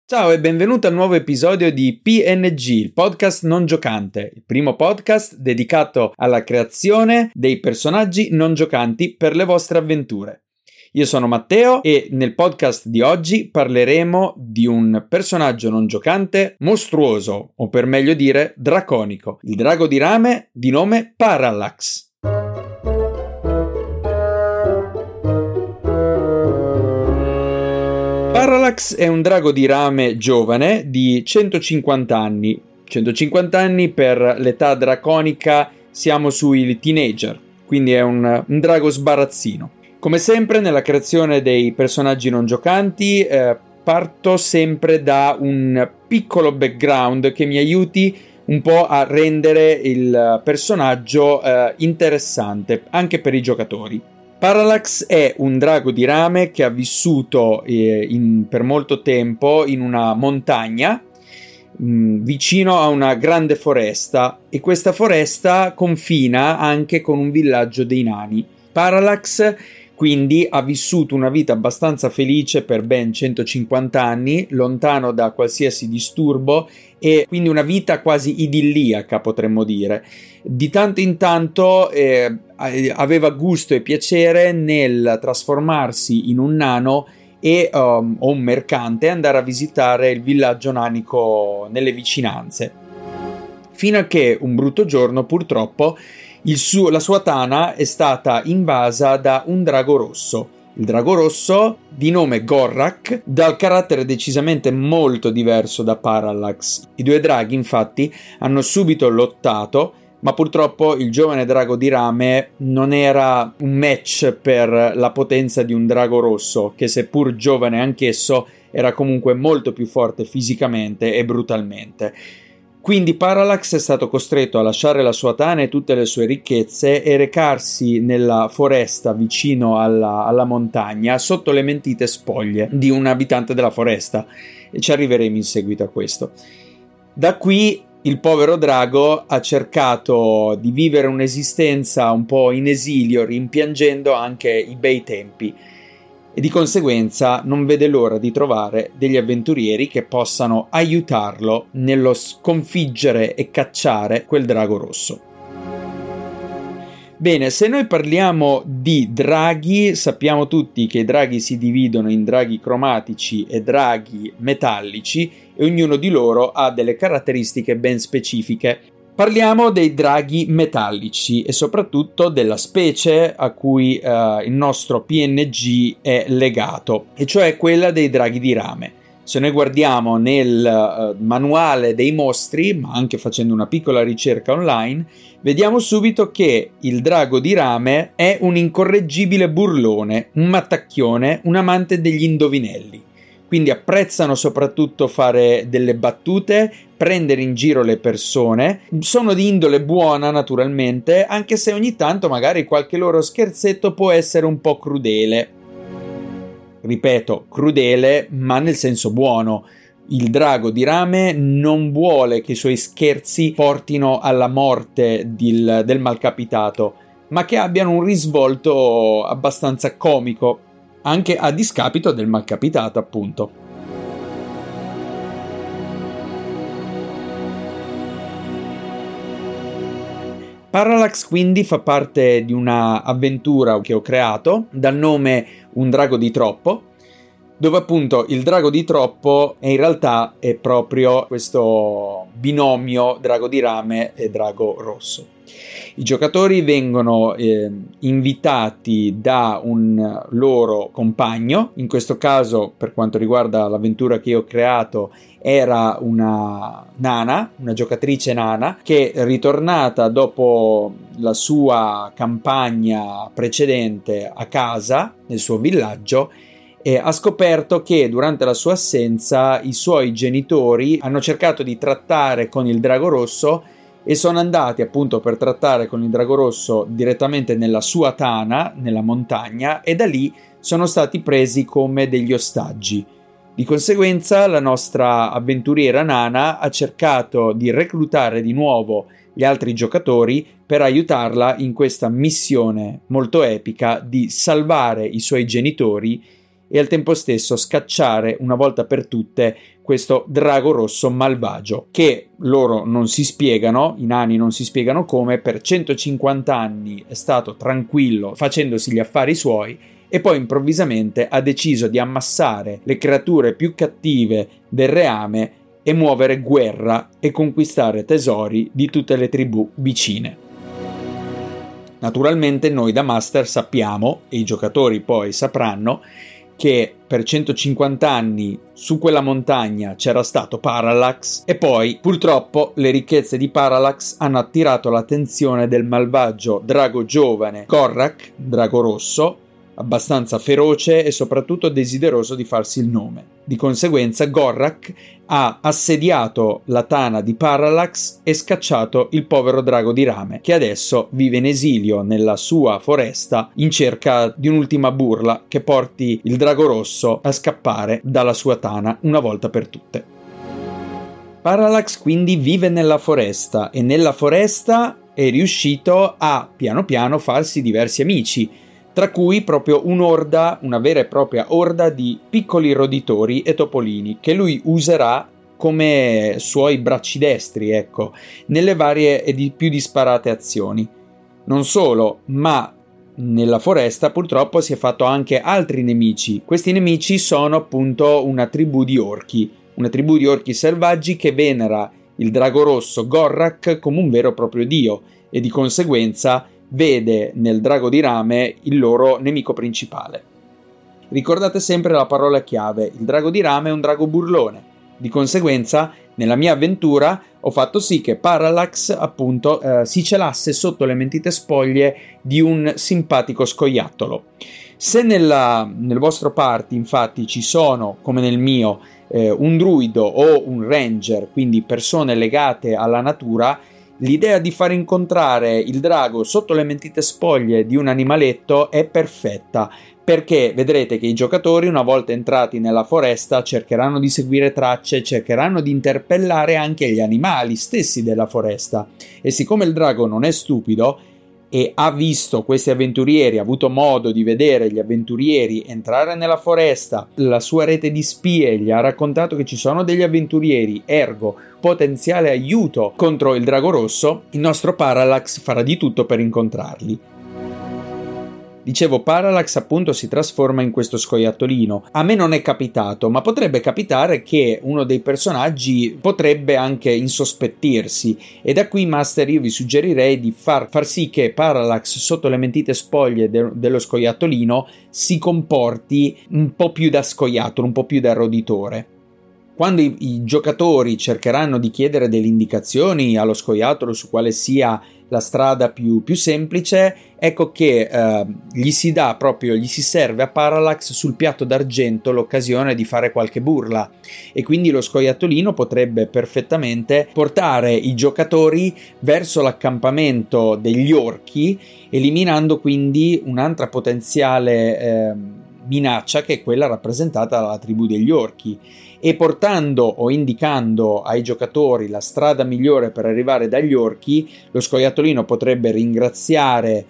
Ciao e benvenuto al nuovo episodio di PNG, il podcast non giocante, il primo podcast dedicato alla creazione dei personaggi non giocanti per le vostre avventure. Io sono Matteo e nel podcast di oggi parleremo di un personaggio non giocante mostruoso, o per meglio dire draconico, il drago di rame di nome Parallax. Parallax è un drago di rame giovane di 150 anni. 150 anni per l'età draconica siamo sui teenager, quindi è un drago sbarazzino. Come sempre nella creazione dei personaggi non giocanti parto sempre da un piccolo background che mi aiuti un po' a rendere il personaggio interessante anche per i giocatori. Parallax è un drago di rame che ha vissuto per molto tempo in una montagna vicino a una grande foresta, e questa foresta confina anche con un villaggio dei nani. Parallax quindi ha vissuto una vita abbastanza felice per ben 150 anni, lontano da qualsiasi disturbo, e quindi una vita quasi idilliaca, potremmo dire. Di tanto in tanto aveva gusto e piacere nel trasformarsi in un nano o un mercante e andare a visitare il villaggio nanico nelle vicinanze. Fino a che un brutto giorno, purtroppo, la sua tana è stata invasa da un drago rosso. Il drago rosso, di nome Gorrak, dal carattere decisamente molto diverso da Parallax. I due draghi, infatti, hanno subito lottato, ma purtroppo il giovane drago di rame non era un match per la potenza di un drago rosso, che seppur giovane anch'esso era comunque molto più forte fisicamente e brutalmente. Quindi Parallax è stato costretto a lasciare la sua tana e tutte le sue ricchezze e recarsi nella foresta vicino alla montagna sotto le mentite spoglie di un abitante della foresta, e ci arriveremo in seguito a questo. Da qui il povero drago ha cercato di vivere un'esistenza un po' in esilio, rimpiangendo anche i bei tempi, e di conseguenza non vede l'ora di trovare degli avventurieri che possano aiutarlo nello sconfiggere e cacciare quel drago rosso. Bene, se noi parliamo di draghi, sappiamo tutti che i draghi si dividono in draghi cromatici e draghi metallici, e ognuno di loro ha delle caratteristiche ben specifiche. Parliamo dei draghi metallici e soprattutto della specie a cui il nostro PNG è legato, e cioè quella dei draghi di rame. Se noi guardiamo nel manuale dei mostri, ma anche facendo una piccola ricerca online, vediamo subito che il drago di rame è un incorreggibile burlone, un mattacchione, un amante degli indovinelli. Quindi apprezzano soprattutto fare delle battute, prendere in giro le persone, sono di indole buona naturalmente, anche se ogni tanto magari qualche loro scherzetto può essere un po' crudele. Ripeto, crudele, ma nel senso buono. Il drago di rame non vuole che i suoi scherzi portino alla morte del malcapitato, ma che abbiano un risvolto abbastanza comico, anche a discapito del malcapitato, appunto. Parallax quindi fa parte di una avventura che ho creato dal nome Un drago di troppo, dove appunto il drago di troppo in realtà è proprio questo binomio drago di rame e drago rosso. I giocatori vengono invitati da un loro compagno. In questo caso, per quanto riguarda l'avventura che io ho creato, era una nana, una giocatrice nana, che ritornata dopo la sua campagna precedente a casa, nel suo villaggio, ha scoperto che durante la sua assenza i suoi genitori hanno cercato di trattare con il drago rosso e sono andati appunto per trattare con il drago rosso direttamente nella sua tana, nella montagna, e da lì sono stati presi come degli ostaggi. Di conseguenza la nostra avventuriera nana ha cercato di reclutare di nuovo gli altri giocatori per aiutarla in questa missione molto epica di salvare i suoi genitori e al tempo stesso scacciare una volta per tutte questo drago rosso malvagio, che loro non si spiegano, i nani non si spiegano come, per 150 anni è stato tranquillo facendosi gli affari suoi e poi improvvisamente ha deciso di ammassare le creature più cattive del reame e muovere guerra e conquistare tesori di tutte le tribù vicine. Naturalmente noi da Master sappiamo, e i giocatori poi sapranno, che per 150 anni su quella montagna c'era stato Parallax e poi purtroppo le ricchezze di Parallax hanno attirato l'attenzione del malvagio drago giovane Gorrak, drago rosso, abbastanza feroce e soprattutto desideroso di farsi il nome. Di conseguenza Gorrak ha assediato la tana di Parallax e scacciato il povero drago di rame, che adesso vive in esilio nella sua foresta in cerca di un'ultima burla che porti il drago rosso a scappare dalla sua tana una volta per tutte. Parallax quindi vive nella foresta e nella foresta è riuscito a piano piano farsi diversi amici, tra cui proprio una vera e propria orda di piccoli roditori e topolini che lui userà come suoi bracci destri, ecco, nelle varie e di più disparate azioni. Non solo, ma nella foresta purtroppo si è fatto anche altri nemici. Questi nemici sono appunto una tribù di orchi selvaggi che venera il drago rosso Gorrak come un vero e proprio dio e di conseguenza vede nel drago di rame il loro nemico principale. Ricordate sempre la parola chiave: il drago di rame è un drago burlone. Di conseguenza, nella mia avventura ho fatto sì che Parallax appunto si celasse sotto le mentite spoglie di un simpatico scoiattolo. Se nel vostro party infatti ci sono, come nel mio, un druido o un ranger, quindi persone legate alla natura, l'idea di far incontrare il drago sotto le mentite spoglie di un animaletto è perfetta, perché vedrete che i giocatori, una volta entrati nella foresta, cercheranno di seguire tracce, cercheranno di interpellare anche gli animali stessi della foresta. E siccome il drago non è stupido e ha visto questi avventurieri, ha avuto modo di vedere gli avventurieri entrare nella foresta, la sua rete di spie gli ha raccontato che ci sono degli avventurieri, ergo potenziale aiuto contro il drago rosso, il nostro Parallax farà di tutto per incontrarli. Dicevo, Parallax appunto si trasforma in questo scoiattolino. A me non è capitato, ma potrebbe capitare che uno dei personaggi potrebbe anche insospettirsi, e da qui, Master, io vi suggerirei di far sì che Parallax sotto le mentite spoglie dello scoiattolino si comporti un po' più da scoiattolo, un po' più da roditore. Quando i giocatori cercheranno di chiedere delle indicazioni allo scoiattolo su quale sia la strada più semplice, ecco che gli si serve a Parallax sul piatto d'argento l'occasione di fare qualche burla, e quindi lo scoiattolino potrebbe perfettamente portare i giocatori verso l'accampamento degli orchi, eliminando quindi un'altra potenziale minaccia, che è quella rappresentata dalla tribù degli orchi, e portando o indicando ai giocatori la strada migliore per arrivare dagli orchi, lo scoiattolino potrebbe ringraziare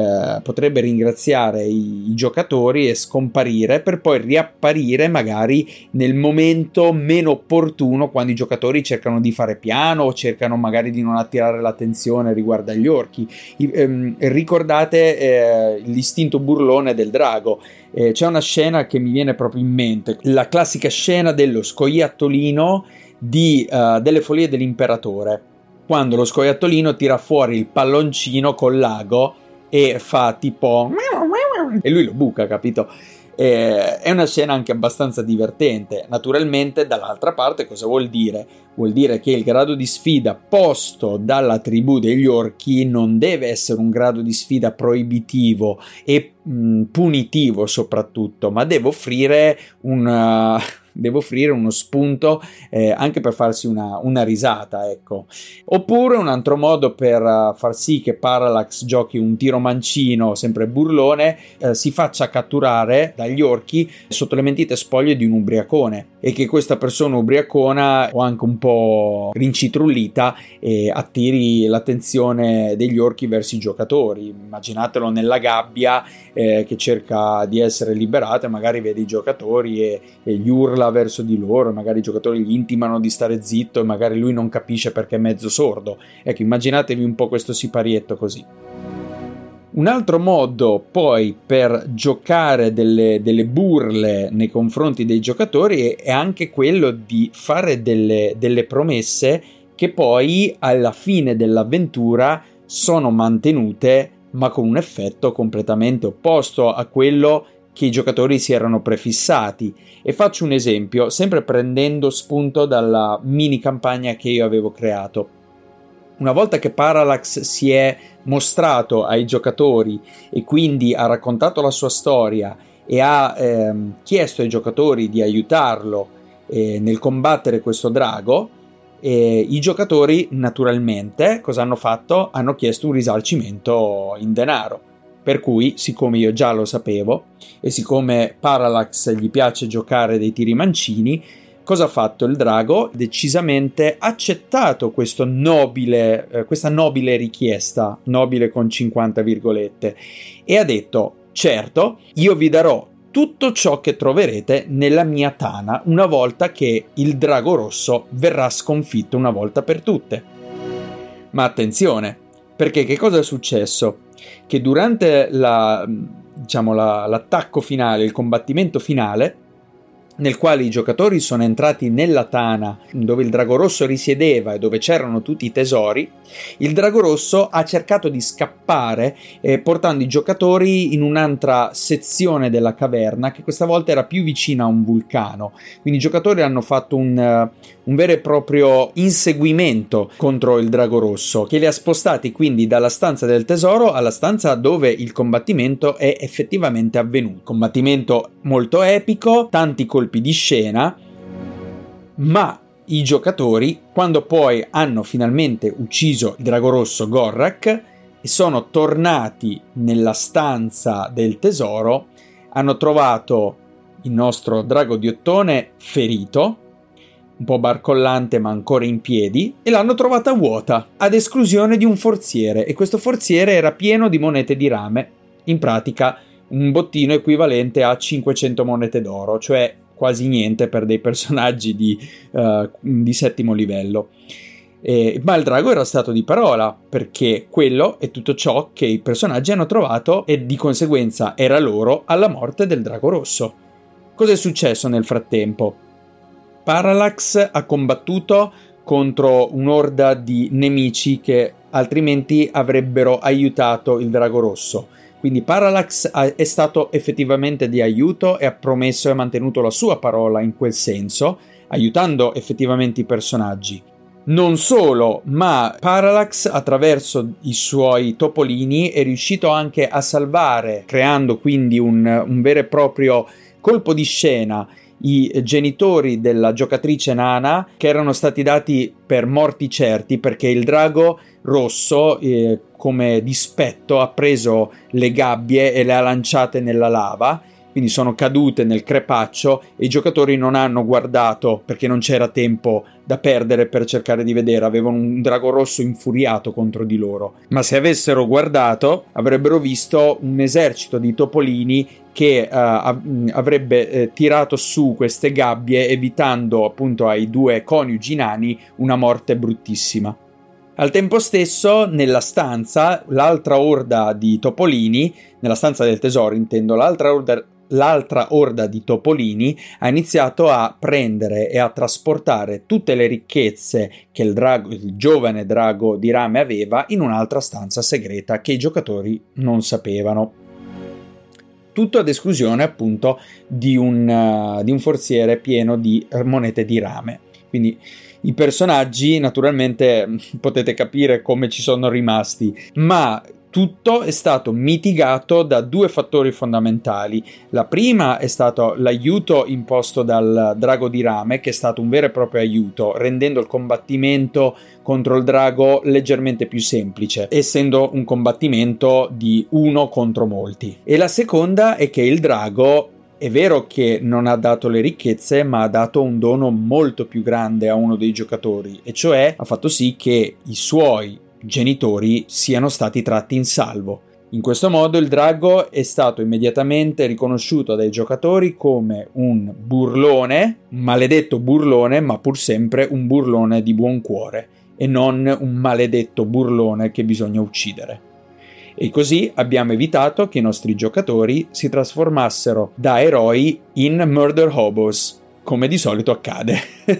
i giocatori e scomparire, per poi riapparire magari nel momento meno opportuno, quando i giocatori cercano di fare piano o cercano magari di non attirare l'attenzione riguardo agli orchi. Ricordate l'istinto burlone del drago. C'è una scena che mi viene proprio in mente, la classica scena dello scoiattolino delle Follie dell'Imperatore, quando lo scoiattolino tira fuori il palloncino col lago e fa tipo e lui lo buca, capito? È una scena anche abbastanza divertente. Naturalmente, dall'altra parte, cosa vuol dire? Vuol dire che il grado di sfida posto dalla tribù degli orchi non deve essere un grado di sfida proibitivo e punitivo soprattutto, ma deve offrire uno spunto anche per farsi una risata, ecco. Oppure un altro modo per far sì che Parallax giochi un tiro mancino sempre burlone, si faccia catturare dagli orchi sotto le mentite spoglie di un ubriacone, e che questa persona ubriacona o anche un po' rincitrullita attiri l'attenzione degli orchi verso i giocatori. Immaginatelo nella gabbia che cerca di essere liberato e magari vede i giocatori e gli urla urla verso di loro, magari i giocatori gli intimano di stare zitto e magari lui non capisce perché è mezzo sordo. Ecco, immaginatevi un po' questo siparietto così. Un altro modo poi per giocare delle burle nei confronti dei giocatori è anche quello di fare delle promesse che poi alla fine dell'avventura sono mantenute, ma con un effetto completamente opposto a quello che i giocatori si erano prefissati. E faccio un esempio, sempre prendendo spunto dalla mini campagna che io avevo creato. Una volta che Parallax si è mostrato ai giocatori e quindi ha raccontato la sua storia e ha chiesto ai giocatori di aiutarlo nel combattere questo drago, i giocatori naturalmente cosa hanno fatto? Hanno chiesto un risarcimento in denaro. Per cui, siccome io già lo sapevo e siccome Parallax gli piace giocare dei tiri mancini, cosa ha fatto il drago? Decisamente accettato questa nobile richiesta, nobile con 50 virgolette, e ha detto: certo, io vi darò tutto ciò che troverete nella mia tana una volta che il drago rosso verrà sconfitto una volta per tutte. Ma attenzione, perché che cosa è successo? Che durante l'attacco finale, il combattimento finale, nel quale i giocatori sono entrati nella tana dove il drago rosso risiedeva e dove c'erano tutti i tesori, il drago rosso ha cercato di scappare portando i giocatori in un'altra sezione della caverna che questa volta era più vicina a un vulcano. Quindi i giocatori hanno fatto un vero e proprio inseguimento contro il drago rosso, che li ha spostati quindi dalla stanza del tesoro alla stanza dove il combattimento è effettivamente avvenuto. Combattimento molto epico, tanti colpi di scena, ma i giocatori, quando poi hanno finalmente ucciso il drago rosso Gorrak e sono tornati nella stanza del tesoro, hanno trovato il nostro drago di ottone ferito, un po' barcollante ma ancora in piedi, e l'hanno trovata vuota, ad esclusione di un forziere, e questo forziere era pieno di monete di rame, in pratica un bottino equivalente a 500 monete d'oro, cioè quasi niente per dei personaggi di settimo livello. Ma il drago era stato di parola, perché quello è tutto ciò che i personaggi hanno trovato e di conseguenza era loro alla morte del drago rosso. Cosa è successo nel frattempo? Parallax ha combattuto contro un'orda di nemici che altrimenti avrebbero aiutato il drago rosso. Quindi Parallax è stato effettivamente di aiuto e ha promesso e mantenuto la sua parola in quel senso, aiutando effettivamente i personaggi. Non solo, ma Parallax attraverso i suoi topolini è riuscito anche a salvare, creando quindi un vero e proprio colpo di scena, i genitori della giocatrice Nana, che erano stati dati per morti certi perché il drago rosso come dispetto ha preso le gabbie e le ha lanciate nella lava, quindi sono cadute nel crepaccio e i giocatori non hanno guardato perché non c'era tempo da perdere per cercare di vedere, avevano un drago rosso infuriato contro di loro, ma se avessero guardato avrebbero visto un esercito di topolini che avrebbe tirato su queste gabbie, evitando appunto ai due coniugi nani una morte bruttissima. Al tempo stesso, nella stanza, l'altra orda di topolini, nella stanza del tesoro intendo, l'altra orda di topolini ha iniziato a prendere e a trasportare tutte le ricchezze che il giovane drago di rame aveva in un'altra stanza segreta che i giocatori non sapevano. Tutto ad esclusione appunto di un forziere pieno di monete di rame. Quindi i personaggi naturalmente potete capire come ci sono rimasti, ma tutto è stato mitigato da due fattori fondamentali. La prima è stato l'aiuto imposto dal drago di rame, che è stato un vero e proprio aiuto, rendendo il combattimento contro il drago leggermente più semplice, essendo un combattimento di uno contro molti. E la seconda è che il drago è vero che non ha dato le ricchezze, ma ha dato un dono molto più grande a uno dei giocatori, e cioè ha fatto sì che i suoi genitori siano stati tratti in salvo. In questo modo il drago è stato immediatamente riconosciuto dai giocatori come un burlone, un maledetto burlone, ma pur sempre un burlone di buon cuore e non un maledetto burlone che bisogna uccidere. E così abbiamo evitato che i nostri giocatori si trasformassero da eroi in murder hobos, come di solito accade.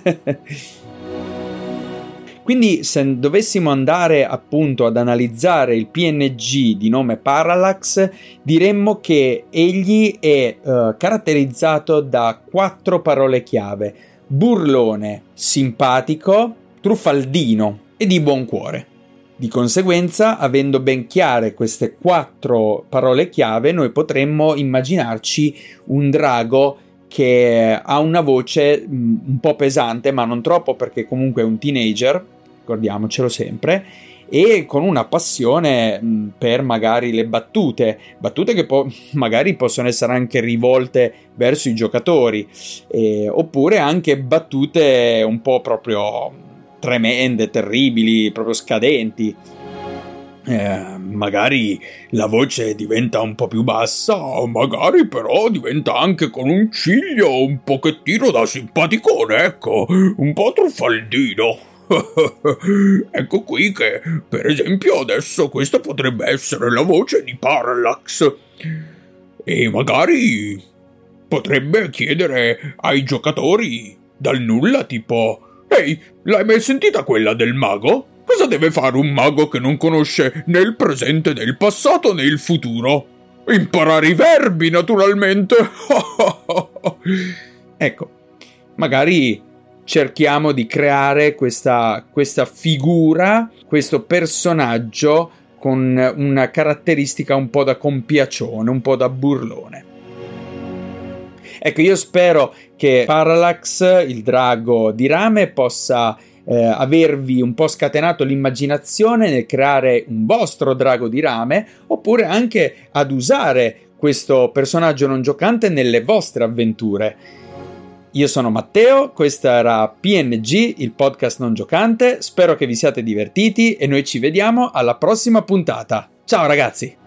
Quindi se dovessimo andare appunto ad analizzare il PNG di nome Parallax, diremmo che egli è caratterizzato da 4 parole chiave: burlone, simpatico, truffaldino e di buon cuore. Di conseguenza, avendo ben chiare queste 4 parole chiave, noi potremmo immaginarci un drago che ha una voce un po' pesante, ma non troppo, perché comunque è un teenager, ricordiamocelo sempre, e con una passione per magari le battute che magari possono essere anche rivolte verso i giocatori, oppure anche battute un po' proprio tremende, terribili, proprio scadenti. Magari la voce diventa un po' più bassa, magari però diventa anche con un ciglio un pochettino da simpaticone, ecco, un po' truffaldino. Ecco qui che, per esempio, adesso questa potrebbe essere la voce di Parallax e magari potrebbe chiedere ai giocatori dal nulla, tipo: ehi, l'hai mai sentita quella del mago? Cosa deve fare un mago che non conosce né il presente né il passato né il futuro? Imparare i verbi, naturalmente. Ecco, magari cerchiamo di creare questa figura, questo personaggio con una caratteristica un po' da compiacione, un po' da burlone. Ecco, io spero che Parallax, il drago di rame, possa avervi un po' scatenato l'immaginazione nel creare un vostro drago di rame, oppure anche ad usare questo personaggio non giocante nelle vostre avventure. Io sono Matteo, questo era PNG, il podcast non giocante. Spero che vi siate divertiti e noi ci vediamo alla prossima puntata. Ciao ragazzi!